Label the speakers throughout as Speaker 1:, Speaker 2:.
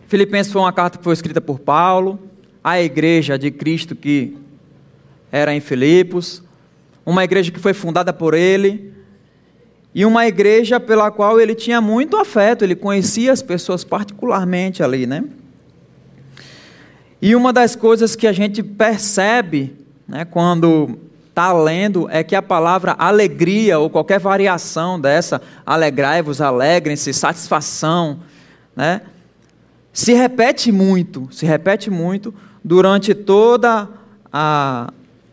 Speaker 1: Filipenses foi uma carta que foi escrita por Paulo, à igreja de Cristo que era em Filipos, uma igreja que foi fundada por ele, e uma igreja pela qual ele tinha muito afeto, ele conhecia as pessoas particularmente ali, né? E uma das coisas que a gente percebe, né, quando está lendo, é que a palavra alegria, ou qualquer variação dessa, alegrai-vos, alegrem-se, satisfação, né, se repete muito durante toda a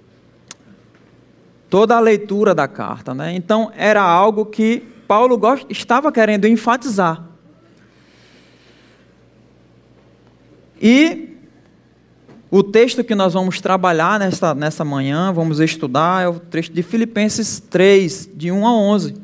Speaker 1: leitura da carta, né? Então, era algo que Paulo estava querendo enfatizar. E o texto que nós vamos trabalhar nessa manhã, vamos estudar, é o texto de Filipenses 3, de 1 a 11.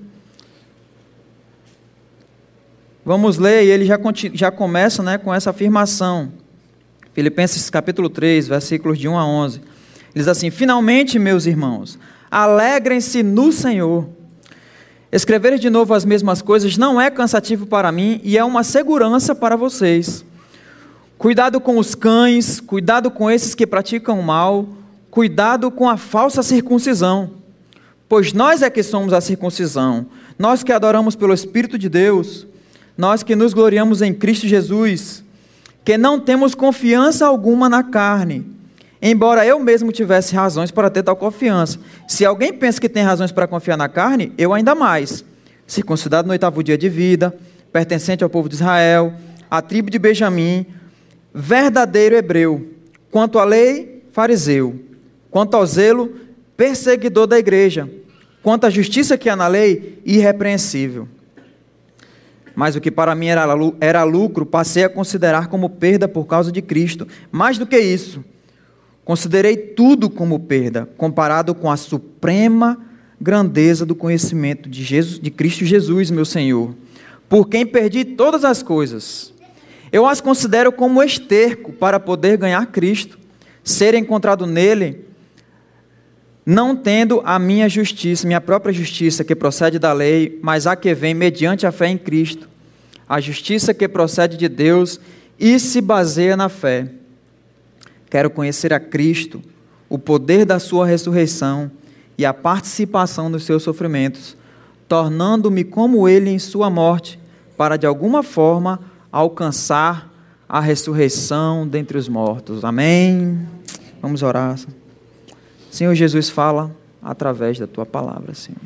Speaker 1: Vamos ler, e ele já começa, né, com essa afirmação. Filipenses capítulo 3, versículos de 1 a 11. Ele diz assim: finalmente, meus irmãos, alegrem-se no Senhor. Escrever de novo as mesmas coisas não é cansativo para mim e é uma segurança para vocês. Cuidado com os cães, cuidado com esses que praticam o mal, cuidado com a falsa circuncisão, pois nós é que somos a circuncisão, nós que adoramos pelo Espírito de Deus, nós que nos gloriamos em Cristo Jesus, que não temos confiança alguma na carne, embora eu mesmo tivesse razões para ter tal confiança. Se alguém pensa que tem razões para confiar na carne, eu ainda mais. Circuncidado no 8º dia de vida, pertencente ao povo de Israel, à tribo de Benjamim, verdadeiro hebreu, quanto à lei, fariseu, quanto ao zelo, perseguidor da igreja, quanto à justiça que há na lei, irrepreensível. Mas o que para mim era lucro, passei a considerar como perda por causa de Cristo. Mais do que isso, considerei tudo como perda, comparado com a suprema grandeza do conhecimento de Cristo Jesus, meu Senhor, por quem perdi todas as coisas. Eu as considero como esterco para poder ganhar Cristo, ser encontrado nele, não tendo a minha justiça, minha própria justiça, que procede da lei, mas a que vem mediante a fé em Cristo, a justiça que procede de Deus e se baseia na fé. Quero conhecer a Cristo, o poder da sua ressurreição e a participação nos seus sofrimentos, tornando-me como ele em sua morte, para de alguma forma alcançar a ressurreição dentre os mortos. Amém? Vamos orar. Senhor Jesus, fala através da tua palavra, Senhor.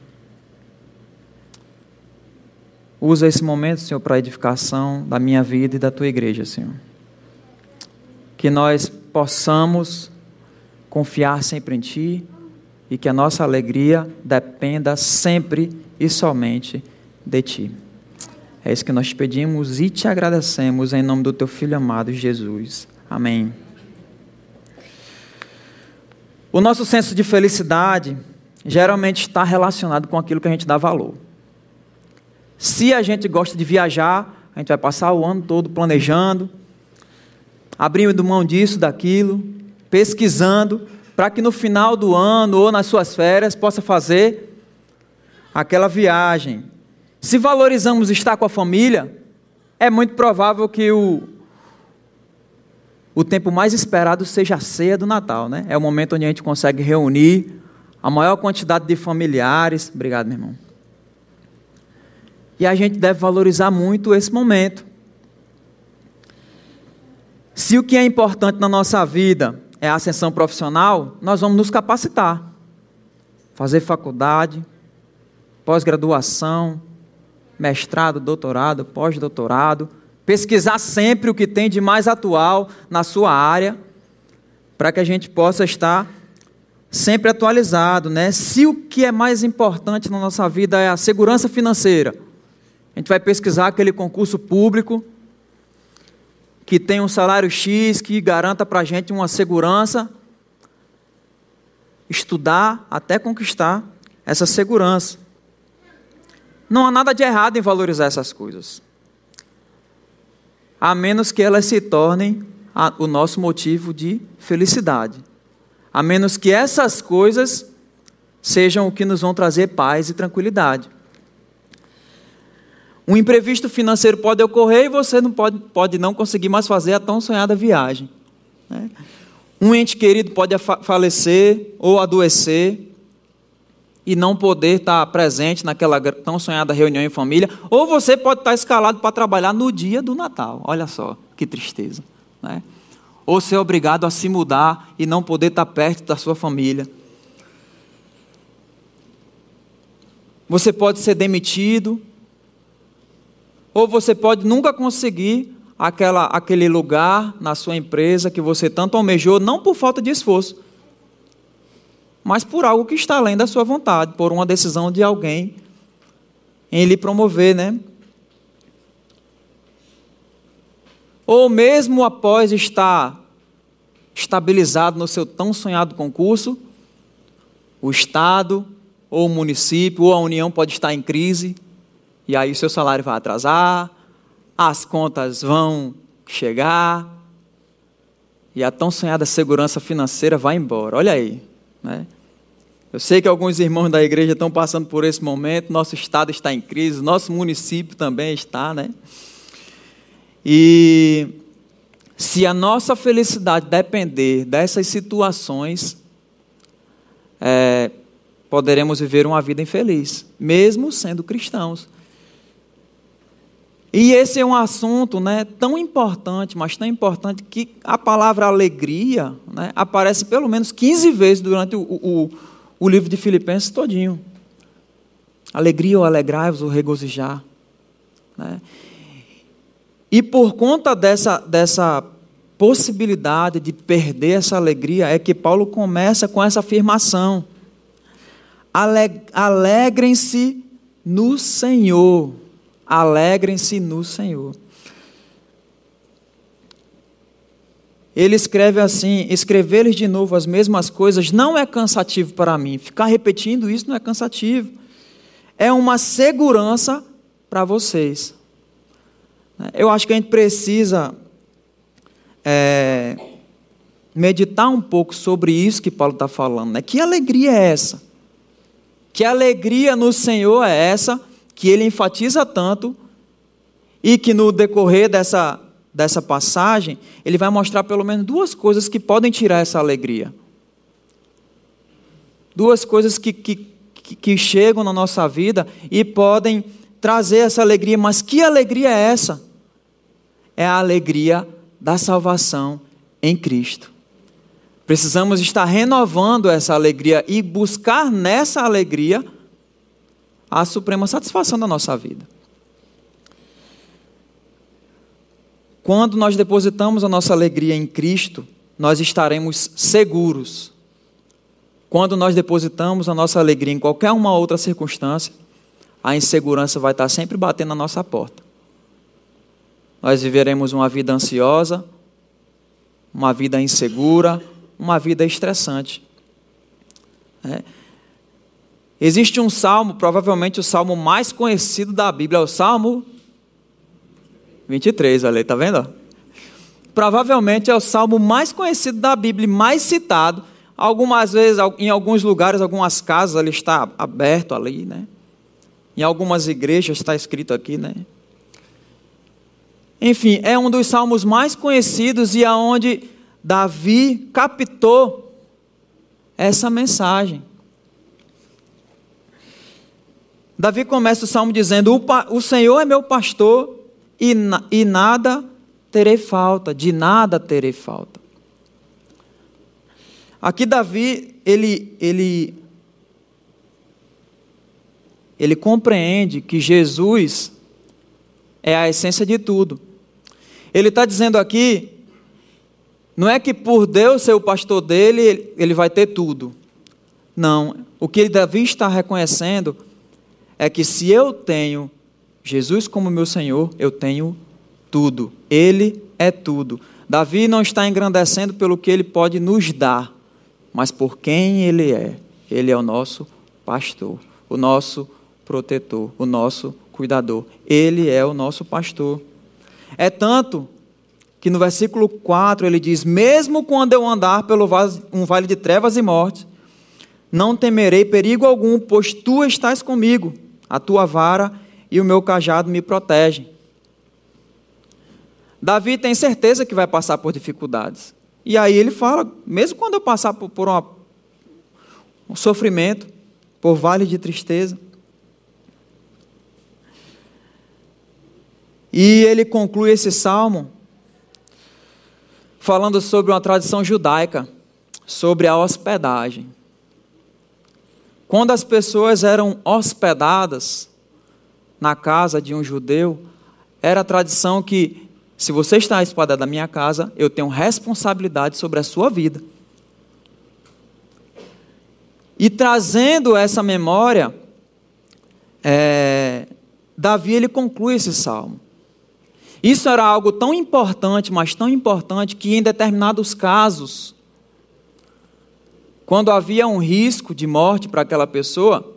Speaker 1: Usa esse momento, Senhor, para a edificação da minha vida e da tua igreja, Senhor. Que nós possamos confiar sempre em ti e que a nossa alegria dependa sempre e somente de ti. É isso que nós te pedimos e te agradecemos em nome do teu Filho amado, Jesus. Amém. O nosso senso de felicidade geralmente está relacionado com aquilo que a gente dá valor. Se a gente gosta de viajar, a gente vai passar o ano todo planejando, abrindo mão disso, daquilo, pesquisando, para que no final do ano ou nas suas férias possa fazer aquela viagem. Se valorizamos estar com a família, é muito provável que o tempo mais esperado seja a ceia do Natal, né? É o momento onde a gente consegue reunir a maior quantidade de familiares. Obrigado, meu irmão. E a gente deve valorizar muito esse momento. Se o que é importante na nossa vida é a ascensão profissional, nós vamos nos capacitar. Fazer faculdade, pós-graduação, mestrado, doutorado, pós-doutorado, pesquisar sempre o que tem de mais atual na sua área, para que a gente possa estar sempre atualizado, né? Se o que é mais importante na nossa vida é a segurança financeira, a gente vai pesquisar aquele concurso público que tem um salário X, que garanta para a gente uma segurança, estudar até conquistar essa segurança. Não há nada de errado em valorizar essas coisas, a menos que elas se tornem o nosso motivo de felicidade, a menos que essas coisas sejam o que nos vão trazer paz e tranquilidade. Um imprevisto financeiro pode ocorrer e você não pode não conseguir mais fazer a tão sonhada viagem, né? Um ente querido pode falecer ou adoecer e não poder estar presente naquela tão sonhada reunião em família, ou você pode estar escalado para trabalhar no dia do Natal. Olha só, que tristeza, né? Ou ser obrigado a se mudar e não poder estar perto da sua família. Você pode ser demitido, ou você pode nunca conseguir aquele lugar na sua empresa que você tanto almejou, não por falta de esforço, mas por algo que está além da sua vontade, por uma decisão de alguém em lhe promover, né? Ou mesmo após estar estabilizado no seu tão sonhado concurso, o Estado, ou o município, ou a União pode estar em crise, e aí o seu salário vai atrasar, as contas vão chegar, e a tão sonhada segurança financeira vai embora. Olha aí, né? Eu sei que alguns irmãos da igreja estão passando por esse momento, nosso Estado está em crise, nosso município também está, né? E se a nossa felicidade depender dessas situações, poderemos viver uma vida infeliz, mesmo sendo cristãos. E esse é um assunto, né, tão importante, mas tão importante, que a palavra alegria, né, aparece pelo menos 15 vezes durante o livro de Filipenses todinho. Alegria ou alegrai-vos ou regozijar, né? E por conta dessa possibilidade de perder essa alegria, é que Paulo começa com essa afirmação: alegrem-se no Senhor. Alegrem-se no Senhor. Ele escreve assim: escrever-lhes de novo as mesmas coisas não é cansativo para mim. Ficar repetindo isso não é cansativo. É uma segurança para vocês. Eu acho que a gente precisa meditar um pouco sobre isso que Paulo está falando, né? Que alegria é essa? Que alegria no Senhor é essa que ele enfatiza tanto, e que no decorrer dessa passagem, ele vai mostrar pelo menos duas coisas que podem tirar essa alegria. Duas coisas que chegam na nossa vida e podem trazer essa alegria. Mas que alegria é essa? É a alegria da salvação em Cristo. Precisamos estar renovando essa alegria e buscar nessa alegria a suprema satisfação da nossa vida. Quando nós depositamos a nossa alegria em Cristo, nós estaremos seguros. Quando nós depositamos a nossa alegria em qualquer uma outra circunstância, a insegurança vai estar sempre batendo na nossa porta. Nós viveremos uma vida ansiosa, uma vida insegura, uma vida estressante. Existe um salmo, provavelmente o salmo mais conhecido da Bíblia, é o Salmo 23, olha aí, está vendo? Provavelmente é o salmo mais conhecido da Bíblia, mais citado. Algumas vezes, em alguns lugares, algumas casas, ele está aberto ali, né? Em algumas igrejas está escrito aqui, né? Enfim, é um dos salmos mais conhecidos e aonde Davi captou essa mensagem. Davi começa o salmo dizendo: o Senhor é meu pastor e nada terei falta, de nada terei falta. Aqui Davi, ele compreende que Jesus é a essência de tudo. Ele está dizendo aqui, não é que por Deus ser o pastor dele, ele vai ter tudo. Não, o que Davi está reconhecendo é que se eu tenho Jesus como meu Senhor, eu tenho tudo. Ele é tudo. Davi não está engrandecendo pelo que ele pode nos dar, mas por quem ele é. Ele é o nosso pastor, o nosso protetor, o nosso cuidador. Ele é o nosso pastor. É tanto que no versículo 4 ele diz: mesmo quando eu andar pelo um vale de trevas e morte, não temerei perigo algum, pois tu estás comigo. A tua vara e o meu cajado me protegem. Davi tem certeza que vai passar por dificuldades. E aí ele fala, mesmo quando eu passar por um sofrimento, por vale de tristeza. E ele conclui esse salmo falando sobre uma tradição judaica, sobre a hospedagem. Quando as pessoas eram hospedadas na casa de um judeu, era a tradição que, se você está hospedado na minha casa, eu tenho responsabilidade sobre a sua vida. E trazendo essa memória, Davi ele conclui esse salmo. Isso era algo tão importante, mas tão importante, que em determinados casos, quando havia um risco de morte para aquela pessoa,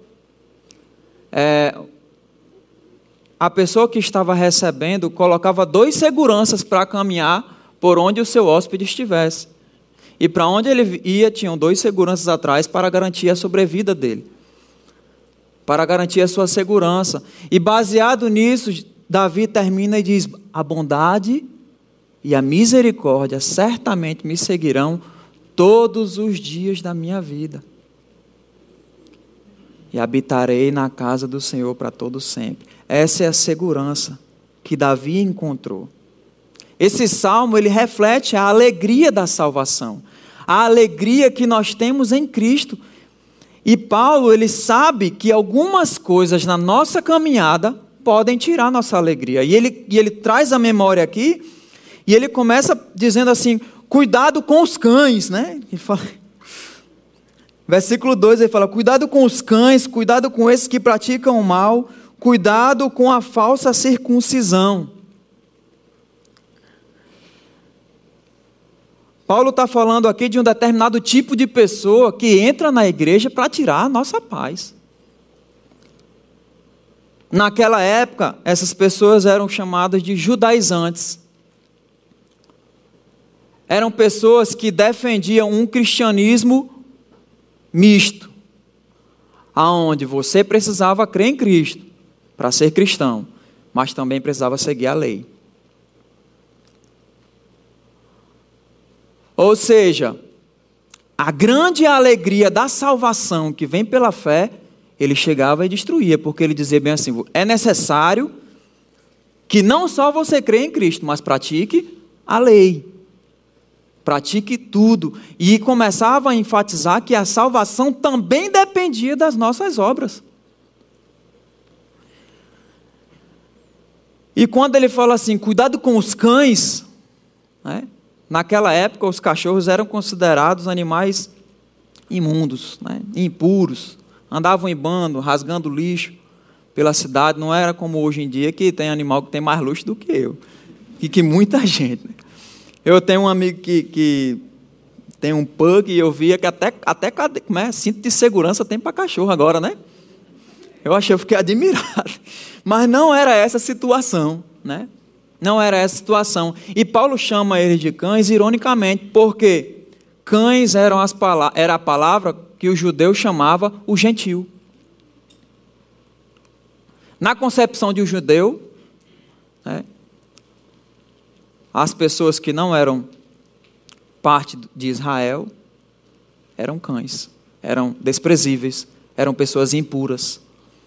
Speaker 1: a pessoa que estava recebendo colocava 2 seguranças para caminhar por onde o seu hóspede estivesse. E para onde ele ia, tinham 2 seguranças atrás para garantir a sobrevida dele, para garantir a sua segurança. E baseado nisso, Davi termina e diz: a bondade e a misericórdia certamente me seguirão todos os dias da minha vida, e habitarei na casa do Senhor para todo sempre. Essa é a segurança que Davi encontrou. Esse salmo, ele reflete a alegria da salvação, a alegria que nós temos em Cristo. E Paulo, ele sabe que algumas coisas na nossa caminhada podem tirar nossa alegria. E ele traz a memória aqui, e ele começa dizendo assim: cuidado com os cães, né? Ele fala, versículo 2, ele fala: cuidado com os cães, cuidado com esses que praticam o mal, cuidado com a falsa circuncisão. Paulo está falando aqui de um determinado tipo de pessoa que entra na igreja para tirar a nossa paz. Naquela época, essas pessoas eram chamadas de judaizantes. Eram pessoas que defendiam um cristianismo misto, aonde você precisava crer em Cristo para ser cristão, mas também precisava seguir a lei. Ou seja, a grande alegria da salvação que vem pela fé, ele chegava e destruía, porque ele dizia bem assim: é necessário que não só você creia em Cristo, mas pratique a lei. Pratique tudo. E começava a enfatizar que a salvação também dependia das nossas obras. E quando ele fala assim, cuidado com os cães, né? Naquela época os cachorros eram considerados animais imundos, né? Impuros. Andavam em bando, rasgando lixo pela cidade. Não era como hoje em dia, que tem animal que tem mais luxo do que eu. E que muita gente, né? Eu tenho um amigo que tem um pug, e eu via que até cinto de segurança tem para cachorro agora, né? Eu fiquei admirado. Mas não era essa a situação, né? Não era essa a situação. E Paulo chama eles de cães, ironicamente, porque cães era a palavra que o judeu chamava o gentil. Na concepção de um judeu, né, as pessoas que não eram parte de Israel eram cães, eram desprezíveis, eram pessoas impuras.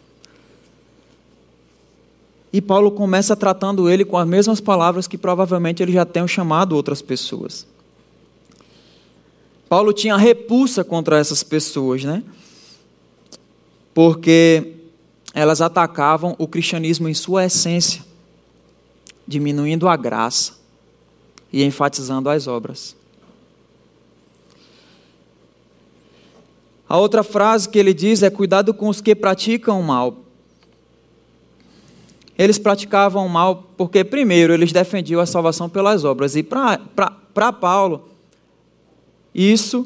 Speaker 1: E Paulo começa tratando ele com as mesmas palavras que provavelmente ele já tenha chamado outras pessoas. Paulo tinha repulsa contra essas pessoas, né? Porque elas atacavam o cristianismo em sua essência, diminuindo a graça e enfatizando as obras. A outra frase que ele diz é: cuidado com os que praticam o mal. Eles praticavam o mal porque, primeiro, eles defendiam a salvação pelas obras. E para Paulo, isso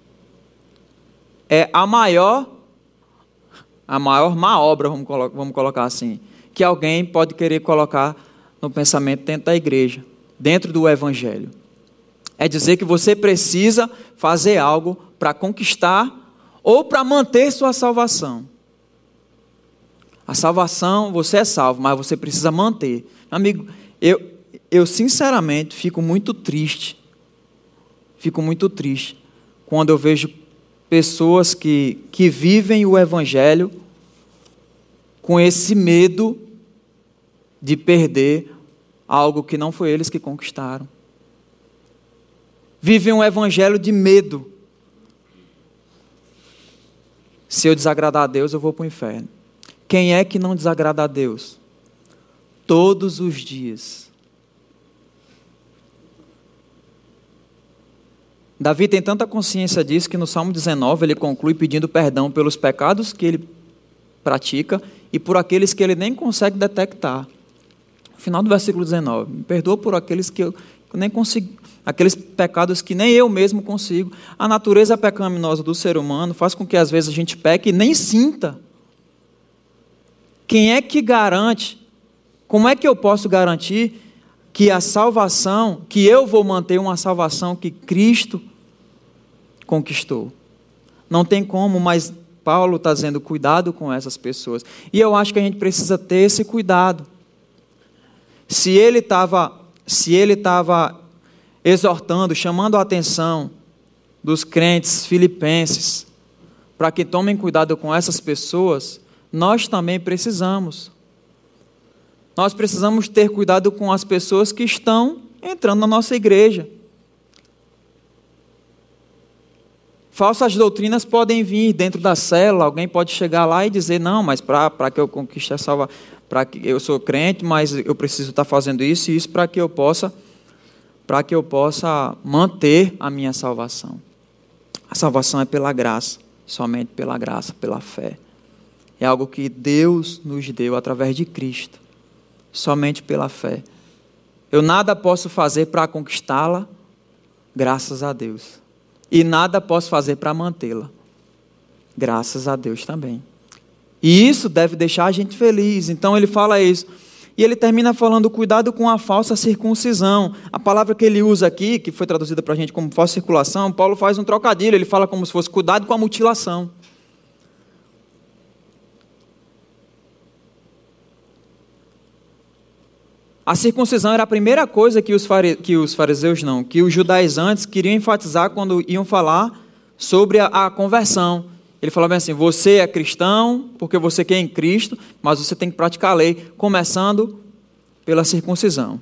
Speaker 1: é a maior má obra, vamos colocar assim, que alguém pode querer colocar no pensamento dentro da igreja, dentro do evangelho. É dizer que você precisa fazer algo para conquistar ou para manter sua salvação. A salvação, você é salvo, mas você precisa manter. Amigo, eu sinceramente fico muito triste quando eu vejo pessoas que vivem o Evangelho com esse medo de perder algo que não foi eles que conquistaram. Vivem um Evangelho de medo. Se eu desagradar a Deus, eu vou para o inferno. Quem é que não desagrada a Deus? Todos os dias. Davi tem tanta consciência disso que no Salmo 19 ele conclui pedindo perdão pelos pecados que ele pratica e por aqueles que ele nem consegue detectar. No final do versículo 19, me perdoa por aqueles que eu nem consigo, aqueles pecados que nem eu mesmo consigo. A natureza pecaminosa do ser humano faz com que às vezes a gente peque e nem sinta. Quem é que garante? Como é que eu posso garantir que a salvação, que eu vou manter uma salvação que Cristo conquistou? Não tem como, mas Paulo está dizendo, cuidado com essas pessoas. E eu acho que a gente precisa ter esse cuidado. Se ele estava exortando, chamando a atenção dos crentes filipenses, para que tomem cuidado com essas pessoas, nós também precisamos. Nós precisamos ter cuidado com as pessoas que estão entrando na nossa igreja. Falsas doutrinas podem vir dentro da célula, alguém pode chegar lá e dizer, não, mas para que eu conquiste a salvação, eu sou crente, mas eu preciso estar fazendo isso e isso para que eu possa manter a minha salvação. A salvação é pela graça, somente pela graça, pela fé. É algo que Deus nos deu através de Cristo, somente pela fé. Eu nada posso fazer para conquistá-la, graças a Deus. E nada posso fazer para mantê-la, graças a Deus também. E isso deve deixar a gente feliz. Então ele fala isso. E ele termina falando, cuidado com a falsa circuncisão. A palavra que ele usa aqui, que foi traduzida para a gente como falsa circulação, Paulo faz um trocadilho, ele fala como se fosse cuidado com a mutilação. A circuncisão era a primeira coisa que os judaizantes queriam enfatizar quando iam falar sobre a conversão. Ele falava bem assim, você é cristão porque você quer em Cristo, mas você tem que praticar a lei, começando pela circuncisão.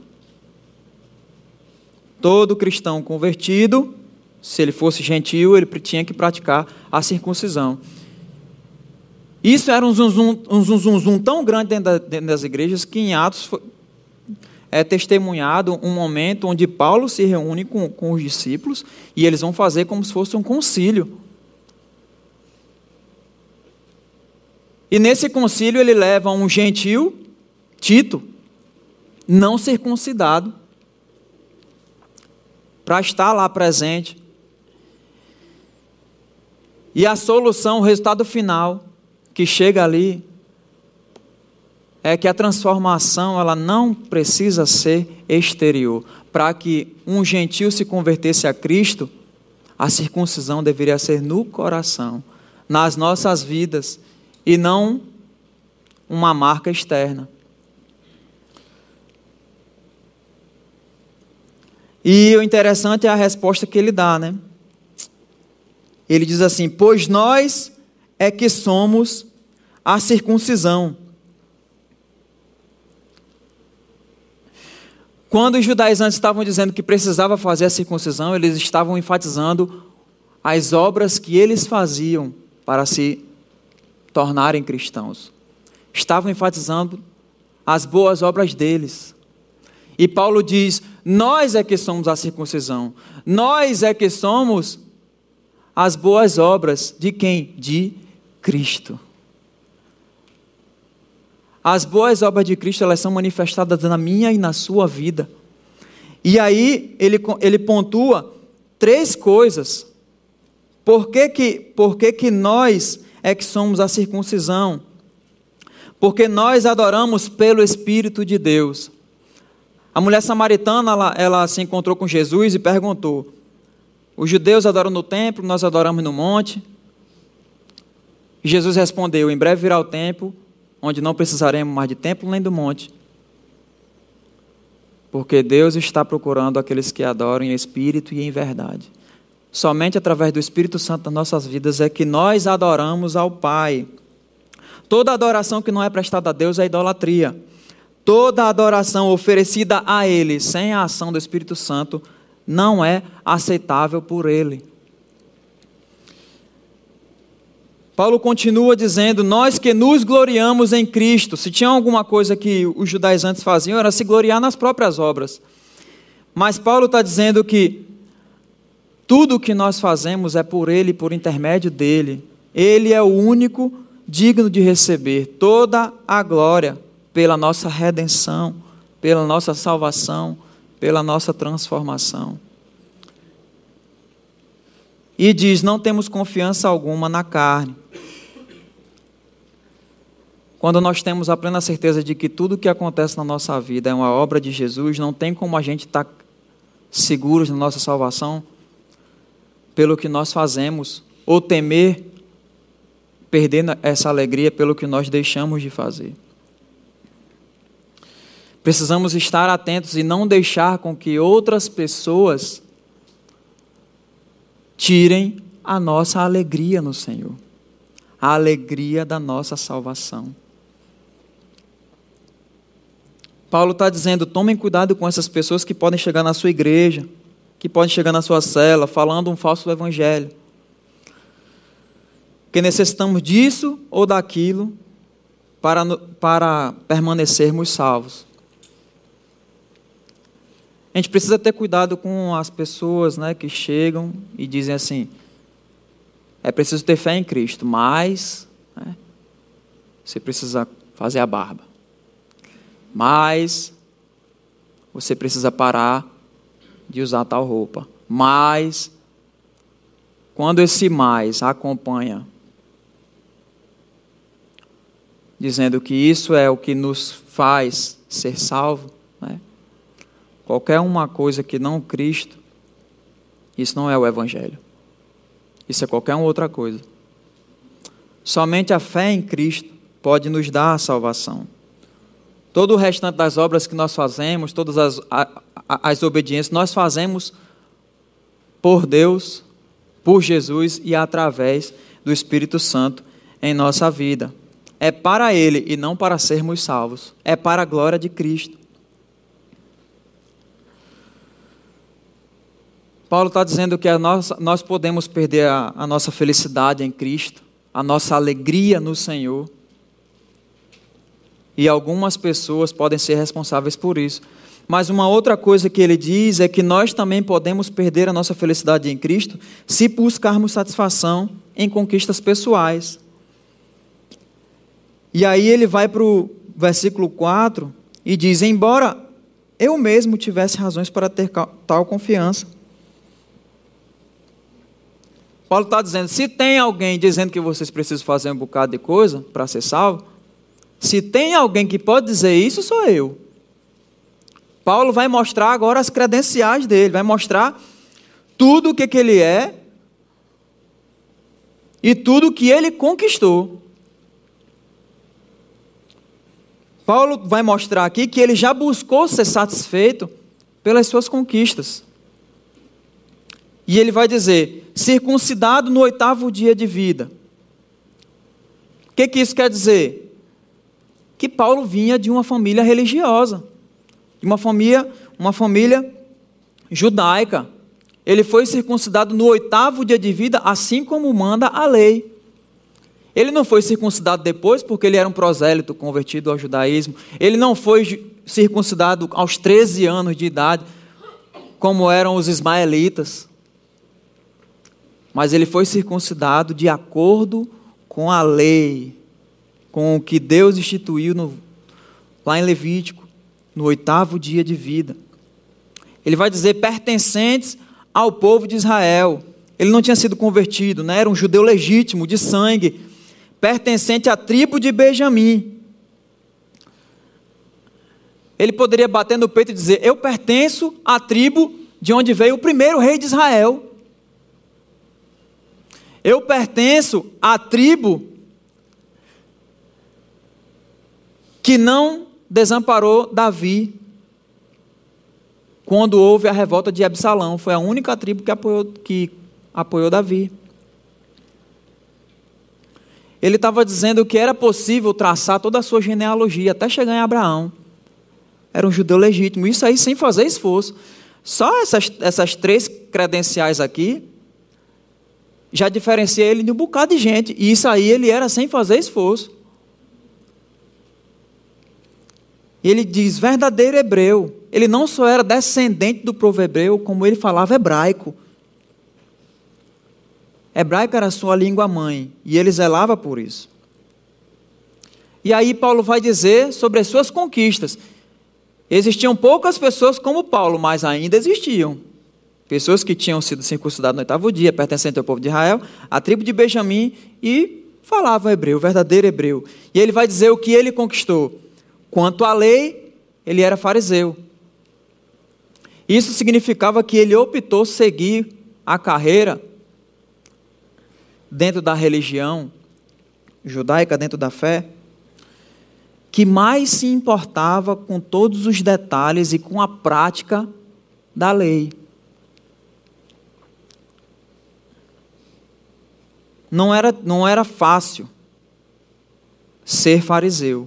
Speaker 1: Todo cristão convertido, se ele fosse gentil, ele tinha que praticar a circuncisão. Isso era um zum tão grande dentro das igrejas que em Atos é testemunhado um momento onde Paulo se reúne com os discípulos e eles vão fazer como se fosse um concílio. E nesse concílio ele leva um gentil, Tito, não circuncidado, para estar lá presente. E a solução, o resultado final que chega ali, é que a transformação ela não precisa ser exterior. Para que um gentil se convertesse a Cristo, a circuncisão deveria ser no coração, nas nossas vidas, e não uma marca externa. E o interessante é a resposta que ele dá, né? Ele diz assim, pois nós é que somos a circuncisão. Quando os judaizantes estavam dizendo que precisava fazer a circuncisão, eles estavam enfatizando as obras que eles faziam para se tornarem cristãos. Estavam enfatizando as boas obras deles. E Paulo diz, nós é que somos a circuncisão. Nós é que somos as boas obras de quem? De Cristo. As boas obras de Cristo, elas são manifestadas na minha e na sua vida. E aí, ele pontua 3 coisas. Por que nós é que somos a circuncisão? Porque nós adoramos pelo Espírito de Deus. A mulher samaritana, ela se encontrou com Jesus e perguntou, os judeus adoram no templo, nós adoramos no monte. E Jesus respondeu, em breve virá o tempo onde não precisaremos mais de templo nem do monte. Porque Deus está procurando aqueles que adoram em espírito e em verdade. Somente através do Espírito Santo nas nossas vidas é que nós adoramos ao Pai. Toda adoração que não é prestada a Deus é idolatria. Toda adoração oferecida a Ele sem a ação do Espírito Santo não é aceitável por Ele. Paulo continua dizendo, nós que nos gloriamos em Cristo. Se tinha alguma coisa que os judaizantes faziam, era se gloriar nas próprias obras. Mas Paulo está dizendo que tudo o que nós fazemos é por Ele, por intermédio dEle. Ele é o único digno de receber toda a glória pela nossa redenção, pela nossa salvação, pela nossa transformação. E diz, não temos confiança alguma na carne. Quando nós temos a plena certeza de que tudo o que acontece na nossa vida é uma obra de Jesus, não tem como a gente estar seguros na nossa salvação pelo que nós fazemos, ou temer perder essa alegria pelo que nós deixamos de fazer. Precisamos estar atentos e não deixar com que outras pessoas tirem a nossa alegria no Senhor, a alegria da nossa salvação. Paulo está dizendo, tomem cuidado com essas pessoas que podem chegar na sua igreja, que podem chegar na sua cela, falando um falso evangelho. Que necessitamos disso ou daquilo para permanecermos salvos. A gente precisa ter cuidado com as pessoas, né, que chegam e dizem assim, é preciso ter fé em Cristo, mas você precisa fazer a barba. Mas você precisa parar de usar tal roupa. Mas, quando esse mais acompanha, dizendo que isso é o que nos faz ser salvo, né? Qualquer uma coisa que não Cristo, isso não é o Evangelho. Isso é qualquer outra coisa. Somente a fé em Cristo pode nos dar a salvação. Todo o restante das obras que nós fazemos, todas as obediências, nós fazemos por Deus, por Jesus e através do Espírito Santo em nossa vida. É para Ele e não para sermos salvos. É para a glória de Cristo. Paulo está dizendo que nós podemos perder a nossa felicidade em Cristo, a nossa alegria no Senhor. E algumas pessoas podem ser responsáveis por isso. Mas uma outra coisa que ele diz é que nós também podemos perder a nossa felicidade em Cristo se buscarmos satisfação em conquistas pessoais. E aí ele vai para o versículo 4 e diz, embora eu mesmo tivesse razões para ter tal confiança. Paulo está dizendo, se tem alguém dizendo que vocês precisam fazer um bocado de coisa para ser salvo, se tem alguém que pode dizer isso, sou eu. Paulo vai mostrar agora as credenciais dele, vai mostrar tudo o que ele é e tudo o que ele conquistou. Paulo vai mostrar aqui que ele já buscou ser satisfeito pelas suas conquistas. E ele vai dizer, circuncidado no 8º dia de vida. O que isso quer dizer? Que Paulo vinha de uma família religiosa, de uma família judaica. Ele foi circuncidado no 8º dia de vida, assim como manda a lei. Ele não foi circuncidado depois porque ele era um prosélito convertido ao judaísmo. Ele não foi circuncidado aos 13 anos de idade, como eram os ismaelitas. Mas ele foi circuncidado de acordo com a lei, com o que Deus instituiu lá em Levítico, no 8º dia de vida. Ele vai dizer, pertencentes ao povo de Israel. Ele não tinha sido convertido, né? Era um judeu legítimo, de sangue, pertencente à tribo de Benjamim. Ele poderia bater no peito e dizer, eu pertenço à tribo de onde veio o primeiro rei de Israel. Eu pertenço à tribo que não desamparou Davi quando houve a revolta de Absalão. Foi a única tribo que apoiou Davi. Ele estava dizendo que era possível traçar toda a sua genealogia até chegar em Abraão. Era um judeu legítimo, isso aí sem fazer esforço. Só essas 3 credenciais aqui já diferencia ele de um bocado de gente. E isso aí ele era sem fazer esforço. Ele diz, verdadeiro hebreu. Ele não só era descendente do povo hebreu, como ele falava hebraico. Hebraico era a sua língua mãe, e ele zelava por isso. E aí Paulo vai dizer sobre as suas conquistas. Existiam poucas pessoas como Paulo, mas ainda existiam. Pessoas que tinham sido circuncidadas no 8º dia, pertencentes ao povo de Israel, a tribo de Benjamim, e falavam hebreu, verdadeiro hebreu. E ele vai dizer o que ele conquistou. Quanto à lei, ele era fariseu. Isso significava que ele optou seguir a carreira dentro da religião judaica, dentro da fé, que mais se importava com todos os detalhes e com a prática da lei. Não era fácil ser fariseu.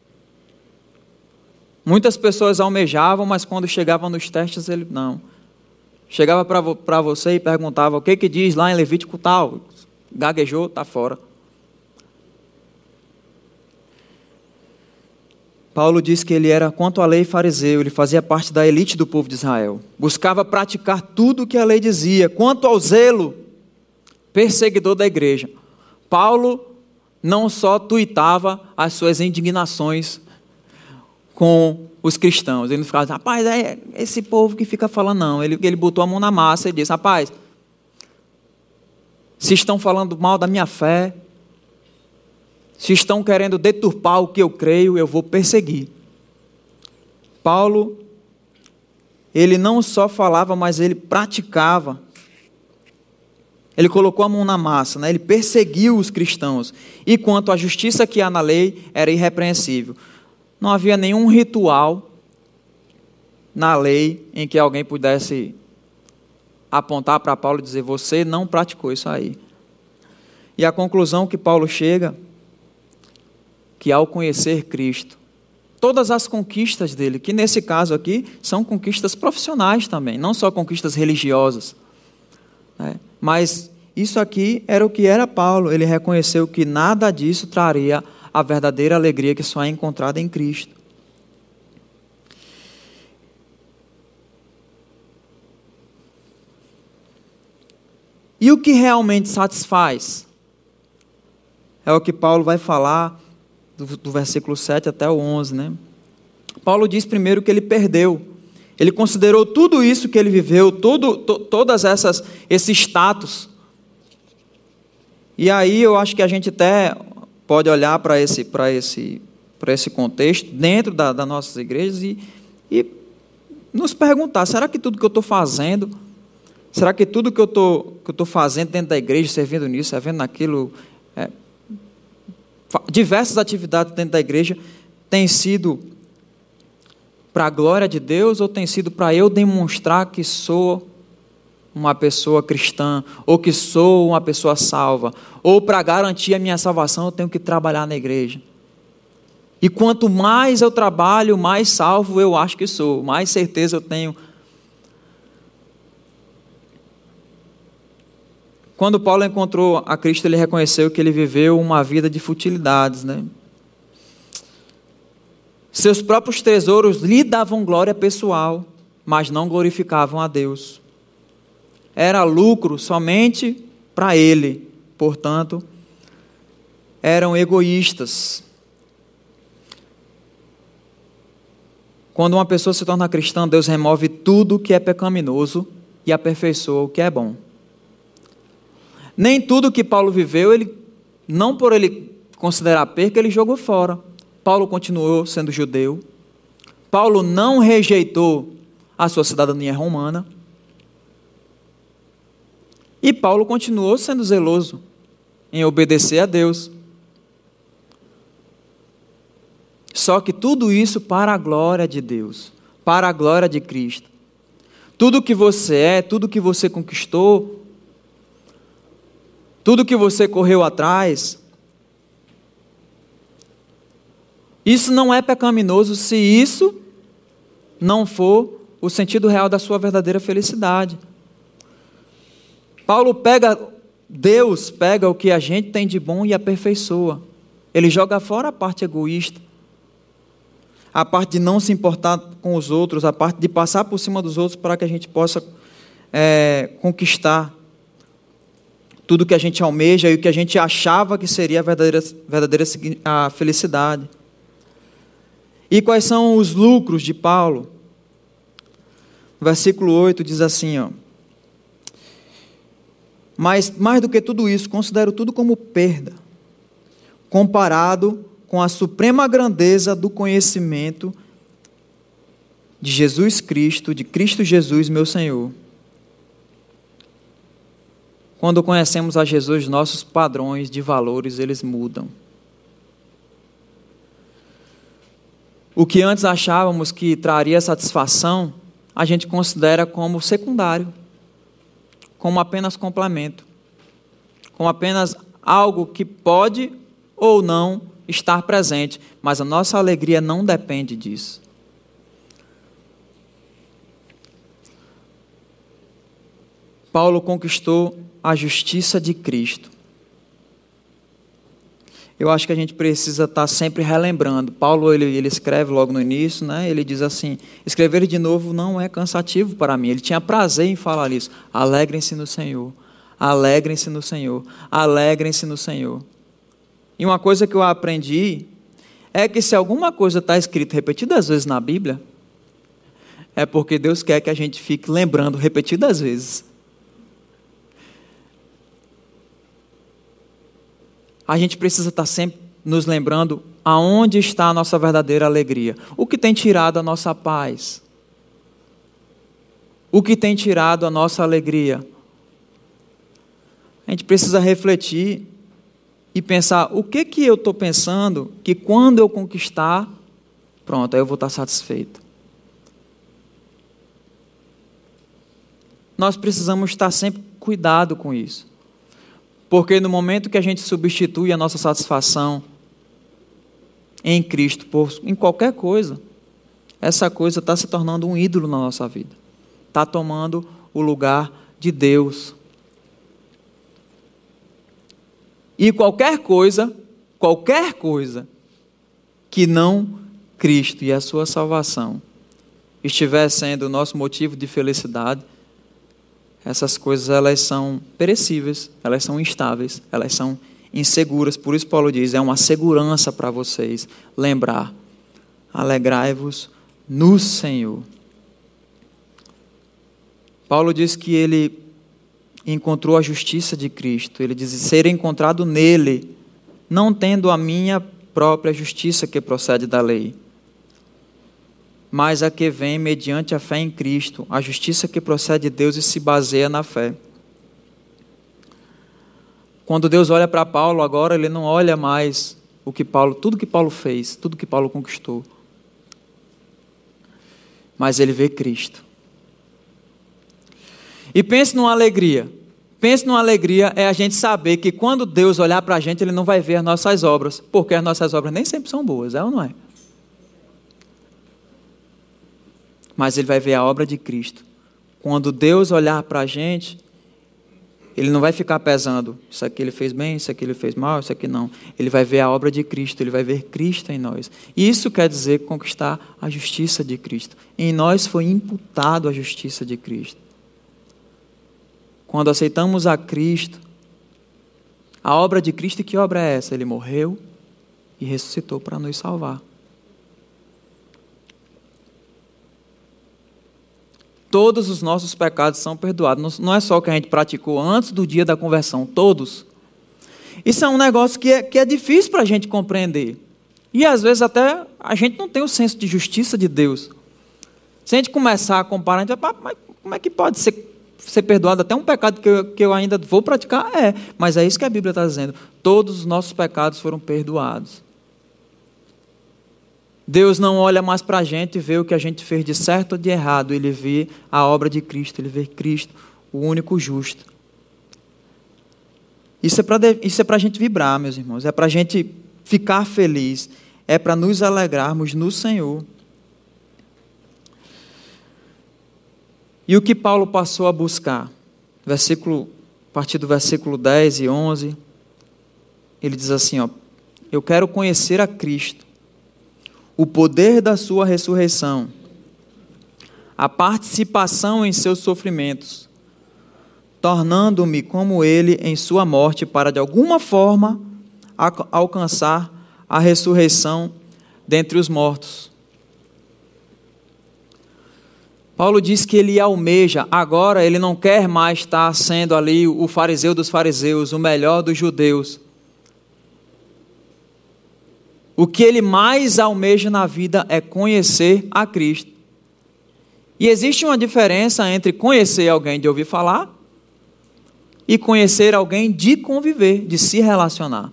Speaker 1: Muitas pessoas almejavam, mas quando chegavam nos testes, ele não. Chegava para você e perguntava, o que diz lá em Levítico tal? Gaguejou, está fora. Paulo diz que ele era, quanto à lei, fariseu, ele fazia parte da elite do povo de Israel. Buscava praticar tudo o que a lei dizia. Quanto ao zelo, perseguidor da igreja. Paulo não só tuitava as suas indignações com os cristãos. Ele não ficava, rapaz, é esse povo que fica falando, não. Ele botou a mão na massa e disse, rapaz, se estão falando mal da minha fé, se estão querendo deturpar o que eu creio, eu vou perseguir. Paulo, ele não só falava, mas ele praticava. Ele colocou a mão na massa, né? Ele perseguiu os cristãos. E quanto à justiça que há na lei, era irrepreensível. Não havia nenhum ritual na lei em que alguém pudesse apontar para Paulo e dizer, você não praticou isso aí. E a conclusão que Paulo chega, que ao conhecer Cristo, todas as conquistas dele, que nesse caso aqui são conquistas profissionais também, não só conquistas religiosas, né? Mas isso aqui era o que era Paulo. Ele reconheceu que nada disso traria a verdadeira alegria que só é encontrada em Cristo. E o que realmente satisfaz? É o que Paulo vai falar do versículo 7 até o 11, né? Paulo diz primeiro que ele perdeu. Ele considerou tudo isso que ele viveu, todas esse status. E aí eu acho que a gente até pode olhar para esse contexto dentro das nossas igrejas e nos perguntar, será que tudo que eu estou fazendo, será que tudo que eu estou fazendo dentro da igreja, servindo nisso, servindo naquilo, diversas atividades dentro da igreja, tem sido para a glória de Deus ou tem sido para eu demonstrar que sou uma pessoa cristã, ou que sou uma pessoa salva, ou para garantir a minha salvação eu tenho que trabalhar na igreja? E quanto mais eu trabalho, mais salvo eu acho que sou, mais certeza eu tenho. Quando Paulo encontrou a Cristo, ele reconheceu que ele viveu uma vida de futilidades, né? Seus próprios tesouros lhe davam glória pessoal, mas não glorificavam a Deus. Era lucro somente para ele, portanto, eram egoístas. Quando uma pessoa se torna cristã, Deus remove tudo que é pecaminoso e aperfeiçoa o que é bom. Nem tudo que Paulo viveu, não por ele considerar perca, ele jogou fora. Paulo continuou sendo judeu. Paulo não rejeitou a sua cidadania romana. E Paulo continuou sendo zeloso em obedecer a Deus. Só que tudo isso para a glória de Deus, para a glória de Cristo. Tudo que você é, tudo que você conquistou, tudo que você correu atrás, isso não é pecaminoso se isso não for o sentido real da sua verdadeira felicidade. Deus pega o que a gente tem de bom e aperfeiçoa. Ele joga fora a parte egoísta, a parte de não se importar com os outros, a parte de passar por cima dos outros para que a gente possa conquistar tudo que a gente almeja e o que a gente achava que seria a verdadeira a felicidade. E quais são os lucros de Paulo? Versículo 8 diz assim, mas mais do que tudo isso, considero tudo como perda, comparado com a suprema grandeza do conhecimento de Jesus Cristo, de Cristo Jesus, meu Senhor. Quando conhecemos a Jesus, nossos padrões de valores, eles mudam. O que antes achávamos que traria satisfação, a gente considera como secundário, como apenas complemento, como apenas algo que pode ou não estar presente, mas a nossa alegria não depende disso. Paulo conquistou a justiça de Cristo. Eu acho que a gente precisa estar sempre relembrando. Paulo, ele escreve logo no início, né? Ele diz assim, escrever de novo não é cansativo para mim. Ele tinha prazer em falar isso. Alegrem-se no Senhor, alegrem-se no Senhor, alegrem-se no Senhor. E uma coisa que eu aprendi é que se alguma coisa está escrita repetidas vezes na Bíblia, é porque Deus quer que a gente fique lembrando repetidas vezes. A gente precisa estar sempre nos lembrando aonde está a nossa verdadeira alegria. O que tem tirado a nossa paz? O que tem tirado a nossa alegria? A gente precisa refletir e pensar, o que eu estou pensando que quando eu conquistar, pronto, aí eu vou estar satisfeito. Nós precisamos estar sempre cuidado com isso. Porque no momento que a gente substitui a nossa satisfação em Cristo, em qualquer coisa, essa coisa está se tornando um ídolo na nossa vida. Está tomando o lugar de Deus. E qualquer coisa que não Cristo e a sua salvação estiver sendo o nosso motivo de felicidade, essas coisas elas são perecíveis, elas são instáveis, elas são inseguras. Por isso Paulo diz, é uma segurança para vocês lembrar, alegrai-vos no Senhor. Paulo diz que ele encontrou a justiça de Cristo. Ele diz, ser encontrado nele, não tendo a minha própria justiça que procede da lei, mas a que vem mediante a fé em Cristo, a justiça que procede de Deus e se baseia na fé. Quando Deus olha para Paulo agora, ele não olha mais tudo que Paulo fez, tudo que Paulo conquistou, mas ele vê Cristo. E pense numa alegria. Pense numa alegria é a gente saber que quando Deus olhar para a gente, Ele não vai ver as nossas obras, porque as nossas obras nem sempre são boas, é ou não é? Mas Ele vai ver a obra de Cristo. Quando Deus olhar para a gente, Ele não vai ficar pesando, isso aqui Ele fez bem, isso aqui Ele fez mal, isso aqui não. Ele vai ver a obra de Cristo, Ele vai ver Cristo em nós. E isso quer dizer conquistar a justiça de Cristo. Em nós foi imputado a justiça de Cristo. Quando aceitamos a Cristo, a obra de Cristo, que obra é essa? Ele morreu e ressuscitou para nos salvar. Todos os nossos pecados são perdoados. Não é só o que a gente praticou antes do dia da conversão, todos. Isso é um negócio que é difícil para a gente compreender. E às vezes até a gente não tem o senso de justiça de Deus. Se a gente começar a comparar, a gente vai falar, mas como é que pode ser perdoado até um pecado que eu ainda vou praticar? Mas é isso que a Bíblia está dizendo. Todos os nossos pecados foram perdoados. Deus não olha mais para a gente e vê o que a gente fez de certo ou de errado. Ele vê a obra de Cristo, ele vê Cristo, o único justo. Isso é para a gente vibrar, meus irmãos. É para a gente ficar feliz. É para nos alegrarmos no Senhor. E o que Paulo passou a buscar? A partir do versículo 10 e 11, ele diz assim, eu quero conhecer a Cristo, o poder da sua ressurreição, a participação em seus sofrimentos, tornando-me como ele em sua morte, para de alguma forma alcançar a ressurreição dentre os mortos. Paulo diz que ele almeja, agora ele não quer mais estar sendo ali o fariseu dos fariseus, o melhor dos judeus. O que ele mais almeja na vida é conhecer a Cristo. E existe uma diferença entre conhecer alguém de ouvir falar e conhecer alguém de conviver, de se relacionar.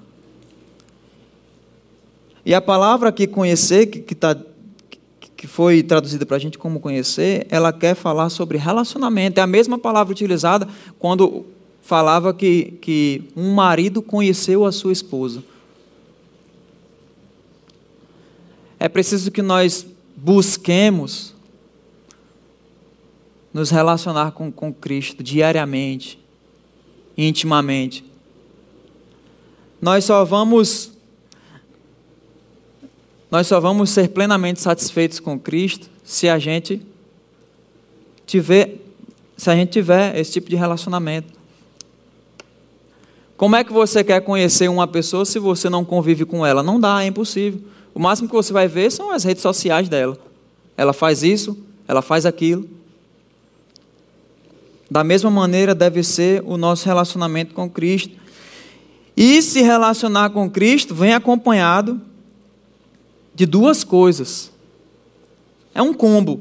Speaker 1: E a palavra aqui conhecer, que foi traduzida para a gente como conhecer, ela quer falar sobre relacionamento. É a mesma palavra utilizada quando falava que um marido conheceu a sua esposa. É preciso que nós busquemos nos relacionar com Cristo diariamente, intimamente. Nós só vamos ser plenamente satisfeitos com Cristo se a gente tiver esse tipo de relacionamento. Como é que você quer conhecer uma pessoa se você não convive com ela? Não dá, é impossível. O máximo que você vai ver são as redes sociais dela. Ela faz isso, ela faz aquilo. Da mesma maneira deve ser o nosso relacionamento com Cristo. E se relacionar com Cristo vem acompanhado de duas coisas. É um combo.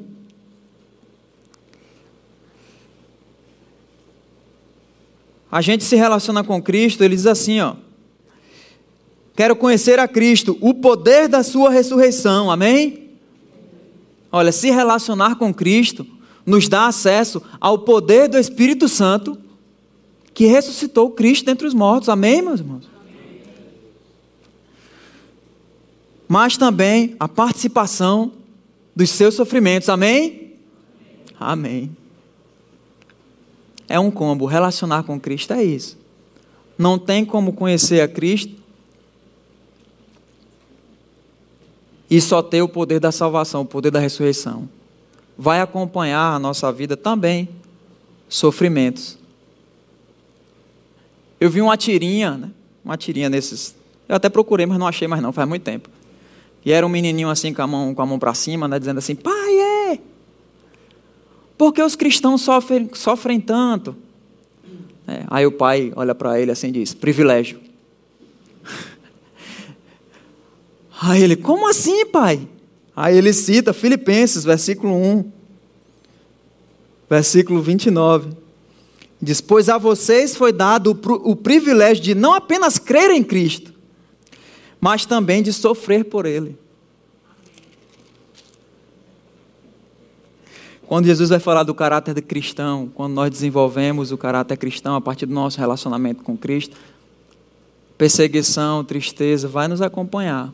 Speaker 1: A gente se relaciona com Cristo, ele diz assim, quero conhecer a Cristo, o poder da sua ressurreição, amém? Olha, se relacionar com Cristo nos dá acesso ao poder do Espírito Santo que ressuscitou Cristo dentre os mortos, amém, meus irmãos? Amém. Mas também a participação dos seus sofrimentos, amém? Amém. É um combo, relacionar com Cristo é isso. Não tem como conhecer a Cristo e só ter o poder da salvação, o poder da ressurreição. Vai acompanhar a nossa vida também sofrimentos. Eu vi uma tirinha nesses... Eu até procurei, mas não achei mais não, faz muito tempo. E era um menininho assim com a mão para cima, né, dizendo assim, pai, por que os cristãos sofrem tanto? Aí o pai olha para ele assim e diz, privilégio. Aí ele, como assim, pai? Aí ele cita Filipenses, versículo 1, versículo 29. Diz, pois a vocês foi dado o privilégio de não apenas crer em Cristo, mas também de sofrer por Ele. Quando Jesus vai falar do caráter de cristão, quando nós desenvolvemos o caráter cristão a partir do nosso relacionamento com Cristo, perseguição, tristeza, vai nos acompanhar.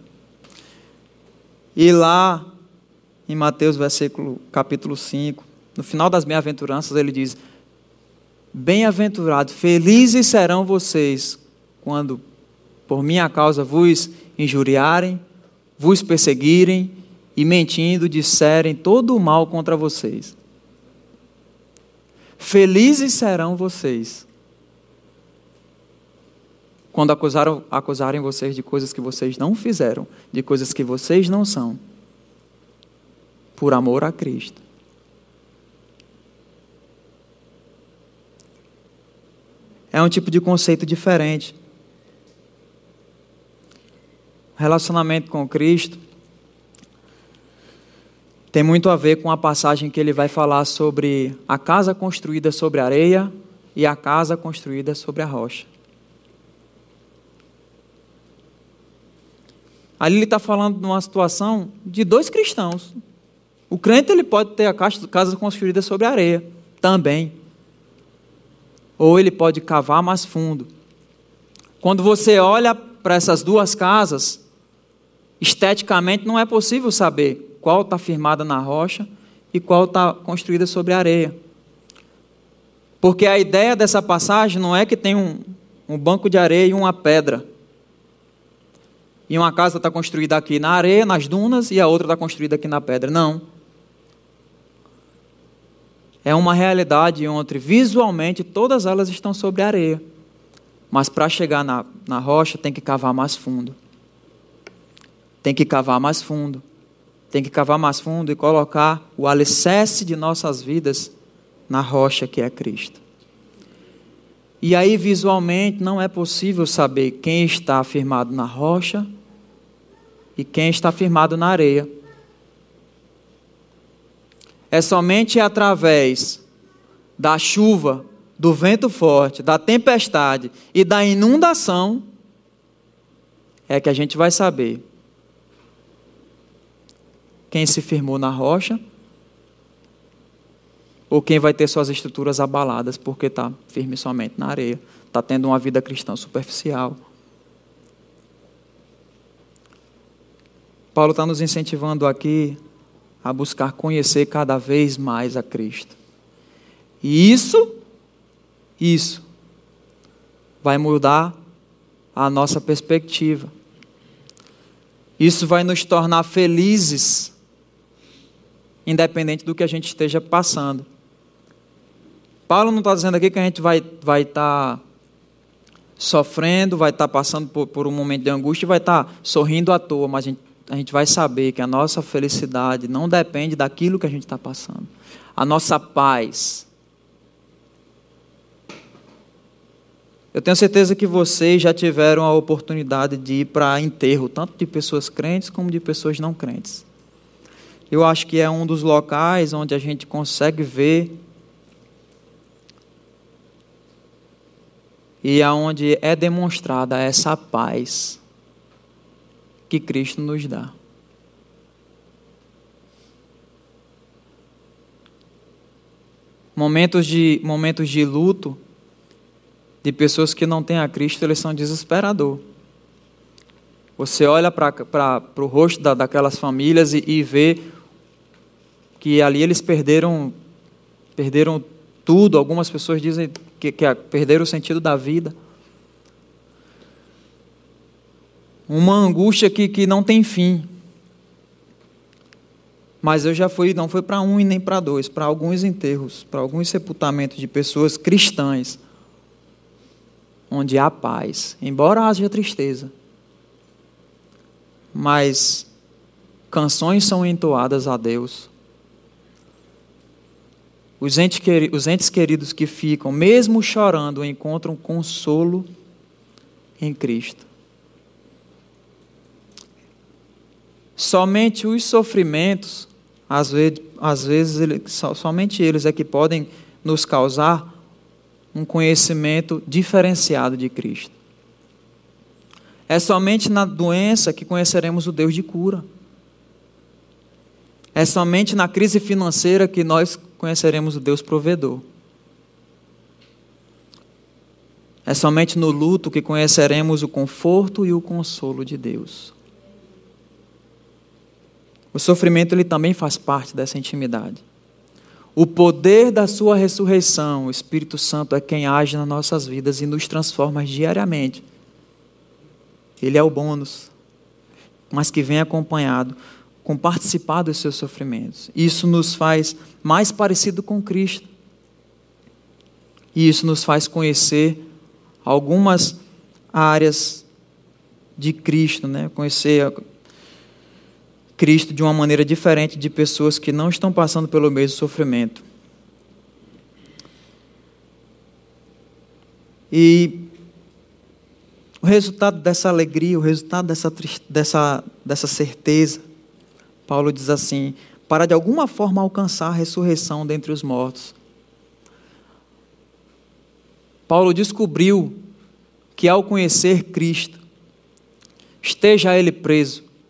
Speaker 1: E lá, em Mateus, capítulo 5, no final das bem-aventuranças, ele diz, bem-aventurados, felizes serão vocês, quando por minha causa vos injuriarem, vos perseguirem, e mentindo disserem todo o mal contra vocês. Felizes serão vocês, quando acusarem vocês de coisas que vocês não fizeram, de coisas que vocês não são, por amor a Cristo. É um tipo de conceito diferente. O relacionamento com Cristo tem muito a ver com a passagem que ele vai falar sobre a casa construída sobre a areia e a casa construída sobre a rocha. Ali ele está falando de uma situação de dois cristãos. O crente ele pode ter a casa construída sobre areia também. Ou ele pode cavar mais fundo. Quando você olha para essas duas casas, esteticamente não é possível saber qual está firmada na rocha e qual está construída sobre areia. Porque a ideia dessa passagem não é que tem um banco de areia e uma pedra. E uma casa está construída aqui na areia, nas dunas, e a outra está construída aqui na pedra. Não. É uma realidade onde visualmente todas elas estão sobre areia. Mas para chegar na rocha tem que cavar mais fundo. Tem que cavar mais fundo. Tem que cavar mais fundo e colocar o alicerce de nossas vidas na rocha que é Cristo. E aí visualmente não é possível saber quem está firmado na rocha e quem está firmado na areia. É somente através da chuva, do vento forte, da tempestade e da inundação é que a gente vai saber quem se firmou na rocha ou quem vai ter suas estruturas abaladas porque está firme somente na areia, está tendo uma vida cristã superficial. Paulo está nos incentivando aqui a buscar conhecer cada vez mais a Cristo. E isso vai mudar a nossa perspectiva. Isso vai nos tornar felizes, independente do que a gente esteja passando. Paulo não está dizendo aqui que a gente vai estar sofrendo, vai estar passando por um momento de angústia e vai estar sorrindo à toa, mas a gente vai saber que a nossa felicidade não depende daquilo que a gente está passando. A nossa paz. Eu tenho certeza que vocês já tiveram a oportunidade de ir para enterro, tanto de pessoas crentes como de pessoas não crentes. Eu acho que é um dos locais onde a gente consegue ver e aonde é demonstrada essa paz que Cristo nos dá. Momentos de luto de pessoas que não têm a Cristo, eles são desesperadores. Você olha para o rosto daquelas famílias e vê que ali eles perderam tudo. Algumas pessoas dizem que perderam o sentido da vida. Uma angústia que não tem fim. Mas eu já fui, não foi para um e nem para dois, para alguns enterros, para alguns sepultamentos de pessoas cristãs, onde há paz, embora haja tristeza. Mas canções são entoadas a Deus. Os entes queridos que ficam, mesmo chorando, encontram consolo em Cristo. Somente os sofrimentos, às vezes somente eles é que podem nos causar um conhecimento diferenciado de Cristo. É somente na doença que conheceremos o Deus de cura. É somente na crise financeira que nós conheceremos o Deus provedor. É somente no luto que conheceremos o conforto e o consolo de Deus. O sofrimento ele também faz parte dessa intimidade. O poder da sua ressurreição, o Espírito Santo é quem age nas nossas vidas e nos transforma diariamente. Ele é o bônus, mas que vem acompanhado com participar dos seus sofrimentos. Isso nos faz mais parecido com Cristo. E isso nos faz conhecer algumas áreas de Cristo, né? Conhecer Cristo de uma maneira diferente de pessoas que não estão passando pelo mesmo sofrimento. E o resultado dessa alegria, o resultado dessa certeza, Paulo diz assim, para de alguma forma alcançar a ressurreição dentre os mortos. Paulo descobriu que ao conhecer Cristo, esteja ele preso,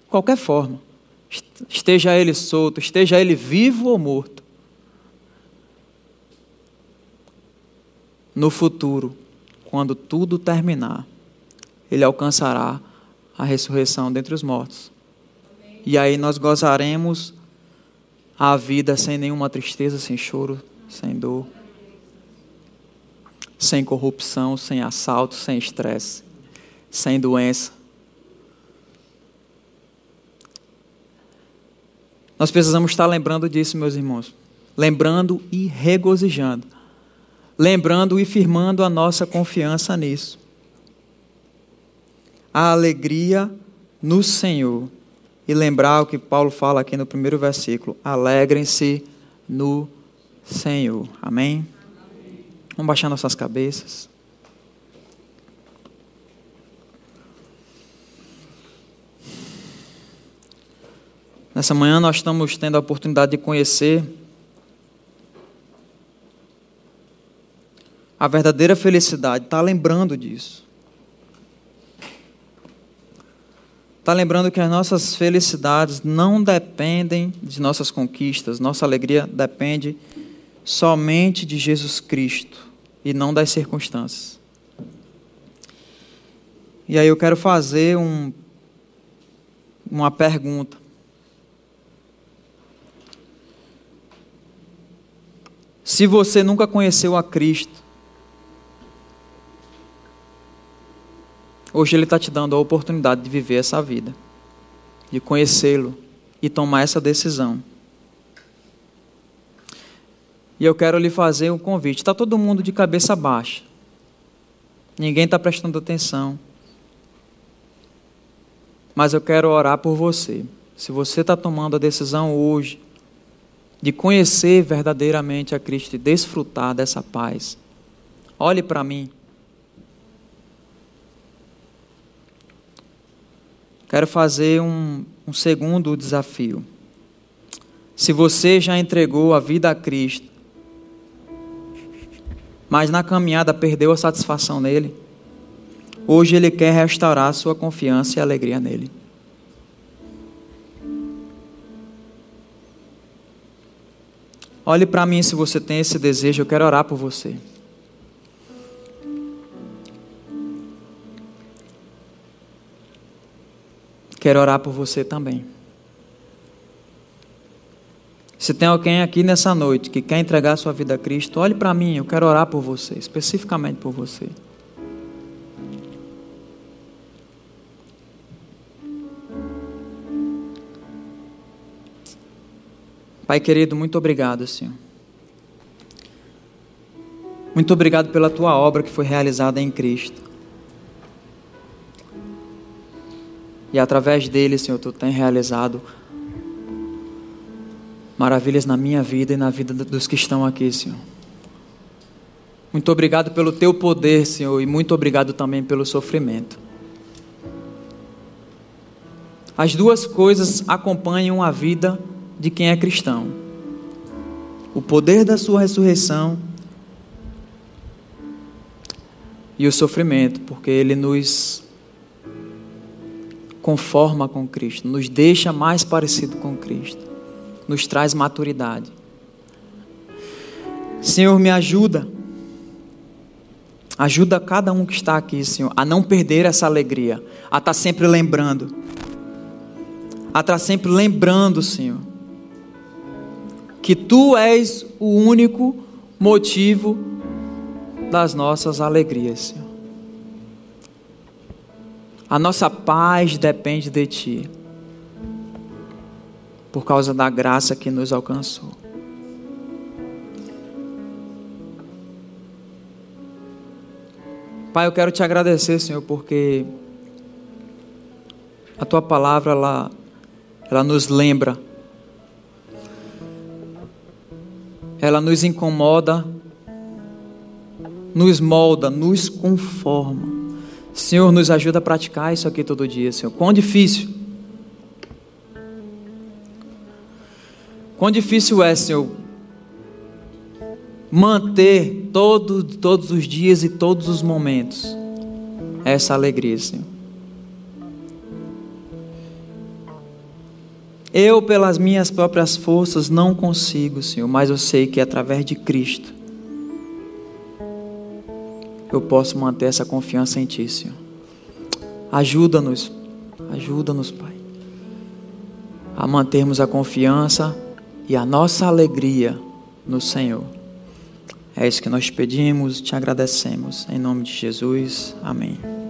Speaker 1: qualquer forma, esteja ele solto, esteja ele vivo ou morto, no futuro, quando tudo terminar, ele alcançará a ressurreição dentre os mortos. E aí nós gozaremos a vida sem nenhuma tristeza, sem choro, sem dor, sem corrupção, sem assalto, sem estresse, sem doença. Nós precisamos estar lembrando disso, meus irmãos. Lembrando e regozijando. Lembrando e firmando a nossa confiança nisso. A alegria no Senhor. E lembrar o que Paulo fala aqui no primeiro versículo. Alegrem-se no Senhor. Amém? Vamos baixar nossas cabeças. Nessa manhã nós estamos tendo a oportunidade de conhecer a verdadeira felicidade. Está lembrando disso. Está lembrando que as nossas felicidades não dependem de nossas conquistas. Nossa alegria depende somente de Jesus Cristo e não das circunstâncias. E aí eu quero fazer uma pergunta. Se você nunca conheceu a Cristo, hoje Ele está te dando a oportunidade de viver essa vida, de conhecê-lo e tomar essa decisão. E eu quero lhe fazer um convite. Está todo mundo de cabeça baixa. Ninguém está prestando atenção. Mas eu quero orar por você. Se você está tomando a decisão hoje de conhecer verdadeiramente a Cristo e desfrutar dessa paz, olhe para mim. Quero fazer um segundo desafio. Se você já entregou a vida a Cristo, mas na caminhada perdeu a satisfação nele, hoje Ele quer restaurar a sua confiança e a alegria nele. Olhe para mim se você tem esse desejo, eu quero orar por você. Quero orar por você também. Se tem alguém aqui nessa noite que quer entregar a sua vida a Cristo, olhe para mim, eu quero orar por você, especificamente por você. Pai querido, muito obrigado, Senhor. Muito obrigado pela Tua obra que foi realizada em Cristo. E através dele, Senhor, Tu tem realizado maravilhas na minha vida e na vida dos que estão aqui, Senhor. Muito obrigado pelo Teu poder, Senhor, e muito obrigado também pelo sofrimento. As duas coisas acompanham a vida de quem é cristão. O poder da Sua ressurreição e o sofrimento, porque Ele nos conforma com Cristo, nos deixa mais parecido com Cristo, nos traz maturidade. Senhor, me ajuda. Ajuda cada um que está aqui, Senhor, a não perder essa alegria, a estar sempre lembrando. A estar sempre lembrando, Senhor, que Tu és o único motivo das nossas alegrias, Senhor. A nossa paz depende de Ti, por causa da graça que nos alcançou. Pai, eu quero Te agradecer, Senhor, porque a Tua palavra, ela nos lembra, ela nos incomoda, nos molda, nos conforma. Senhor, nos ajuda a praticar isso aqui todo dia, Senhor. Quão difícil é, Senhor, manter todos os dias e todos os momentos essa alegria, Senhor. Eu, pelas minhas próprias forças, não consigo, Senhor, mas eu sei que através de Cristo eu posso manter essa confiança em Ti, Senhor. Ajuda-nos, Pai, a mantermos a confiança e a nossa alegria no Senhor. É isso que nós te pedimos, te agradecemos. Em nome de Jesus, amém.